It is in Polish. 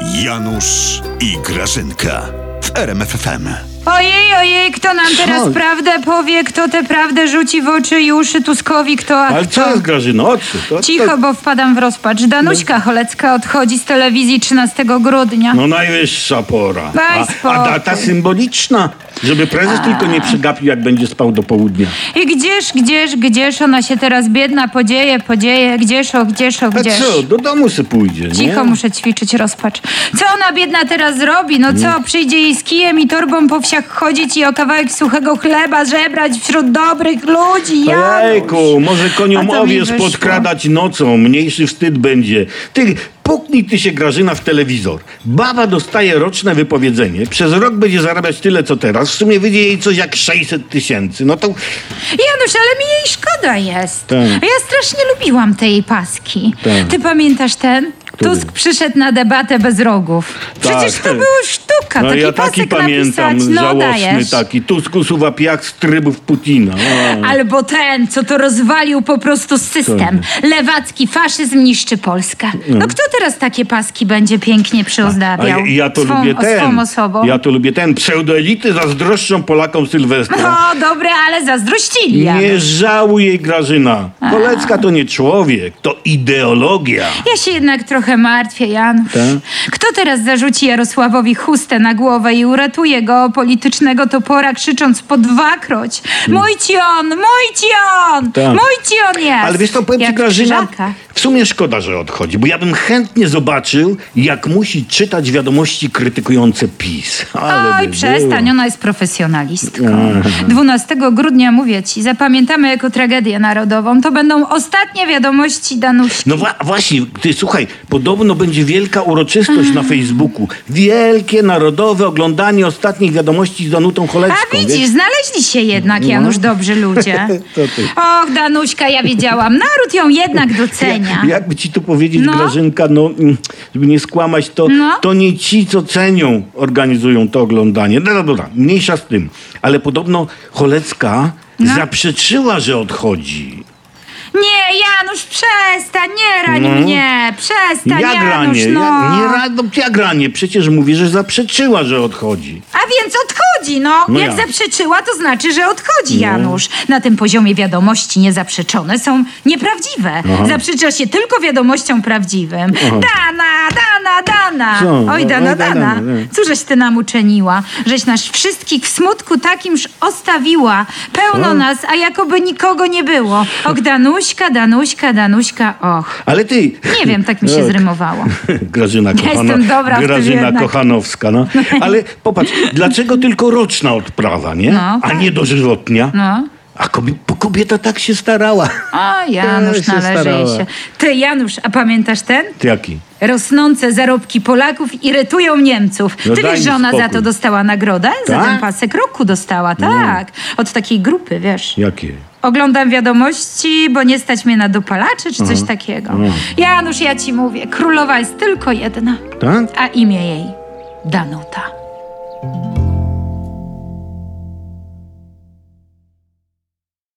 Janusz i Grażynka w RMF FM. Ojej, kto nam teraz prawdę powie, kto tę prawdę rzuci w oczy i uszy Tuskowi, kto... Ale co jest, Grażyno? O co? Cicho, bo wpadam w rozpacz. Danuśka Cholecka odchodzi z telewizji 13 grudnia. No najwyższa pora. Daj spokój. A data symboliczna, żeby prezes tylko nie przegapił, jak będzie spał do południa. I gdzież ona się teraz biedna podzieje, gdzież? A co, do domu se pójdzie, nie? Cicho, muszę ćwiczyć rozpacz. Co ona biedna teraz zrobi? No co, przyjdzie jej z kijem i torbą po wsiach chodzić i o kawałek suchego chleba żebrać wśród dobrych ludzi? Ojejku, może koniom A to mi owiec wyszło. podkradać nocą, mniejszy wstyd będzie. Ty, puknij ty się, Grażyna, w telewizor. Baba dostaje roczne wypowiedzenie, przez rok będzie zarabiać tyle, co teraz. W sumie wyjdzie jej coś jak 600 000. No to... Janusz, ale mi jej szkoda jest. Tak. Ja strasznie lubiłam te jej paski. Tak. Ty pamiętasz ten? Który? Tusk przyszedł na debatę bez rogów. Przecież Tak. to było sztuka. No Taki ja taki pasek pamiętam, napisać. No żałosny dajesz. taki. Tusk usuwa piach z trybów Putina. Albo ten, co to rozwalił po prostu system. Lewacki faszyzm niszczy Polskę. No kto teraz takie paski będzie pięknie przyozdabiał? A ja to lubię ten. Swą osobą. Ja to lubię ten. Pseudoelity zazdroszczą Polakom Sylwestra. O, dobre, ale zazdrościli. Nie Janusz. żałuj jej, Grażyna. Cholecka to nie człowiek, to ideologia. Ja się jednak trochę martwię, Janusz. Tak? Kto teraz zarzuci Jarosławowi chustę na głowę i uratuje go politycznego topora, krzycząc po dwakroć: mój cion, Tak. mój cion jest! Ale wiesz co, powiem ci, Jak w Grażyna, Krzyżakach. w sumie szkoda, że odchodzi, bo ja bym chętnie zobaczył, jak musi czytać wiadomości krytykujące PiS. Ale Oj, by przestań, było. ona jest profesjonalistką. 12 grudnia, mówię ci, zapamiętamy jako tragedię narodową. To będą ostatnie wiadomości Danuśki. No właśnie, ty słuchaj, podobno będzie wielka uroczystość na Facebooku. Wielkie, narodowe oglądanie ostatnich wiadomości z Danutą Cholecką. A widzisz, wiesz? znaleźli się jednak, Janusz, dobrzy ludzie. To ty. Och, Danuśka, ja wiedziałam, naród ją jednak docenia. Jakby ci tu powiedzieć, No. Grażynka, no, żeby nie skłamać, No. to nie ci, co cenią, organizują to oglądanie. No dobra, mniejsza z tym. Ale podobno Cholecka zaprzeczyła, że odchodzi. Nie, Janusz, przestań, nie rań mnie, przestań, Jak Janusz, ranie? no. Jak ranie? Przecież mówię, że zaprzeczyła, że odchodzi. A więc odchodzi, no. No Jak jak? zaprzeczyła, to znaczy, że odchodzi, Janusz. Na tym poziomie wiadomości niezaprzeczone są nieprawdziwe. Zaprzecza się tylko wiadomościom prawdziwym. Dana! Co? Oj, Dana. Dana. Cóżeś ty nam uczyniła? Żeś nas wszystkich w smutku takimż ostawiła. Pełno nas, a jakoby nikogo nie było. Och, Danuśka, och. Ale ty... Nie wiem, tak mi się zrymowało. Grażyna jestem dobra w tym Grażyna jednak. Kochanowska, no. Ale popatrz, dlaczego tylko roczna odprawa, nie? No, A tak. nie dożywotnia? No. A kobieta tak się starała. O, Janusz, się należy jej starała. się. Ty, Janusz, a pamiętasz ten? Ty jaki? Rosnące zarobki Polaków irytują Niemców. No Ty daj wiesz, mi że ona za spokój. to dostała nagrodę? Za Tak? ten pasek roku dostała, tak. Od takiej grupy, wiesz. Jakie? Oglądam wiadomości, bo nie stać mnie na dopalaczy, czy coś takiego. Janusz, ja ci mówię, królowa jest tylko jedna, Tak? a imię jej Danuta.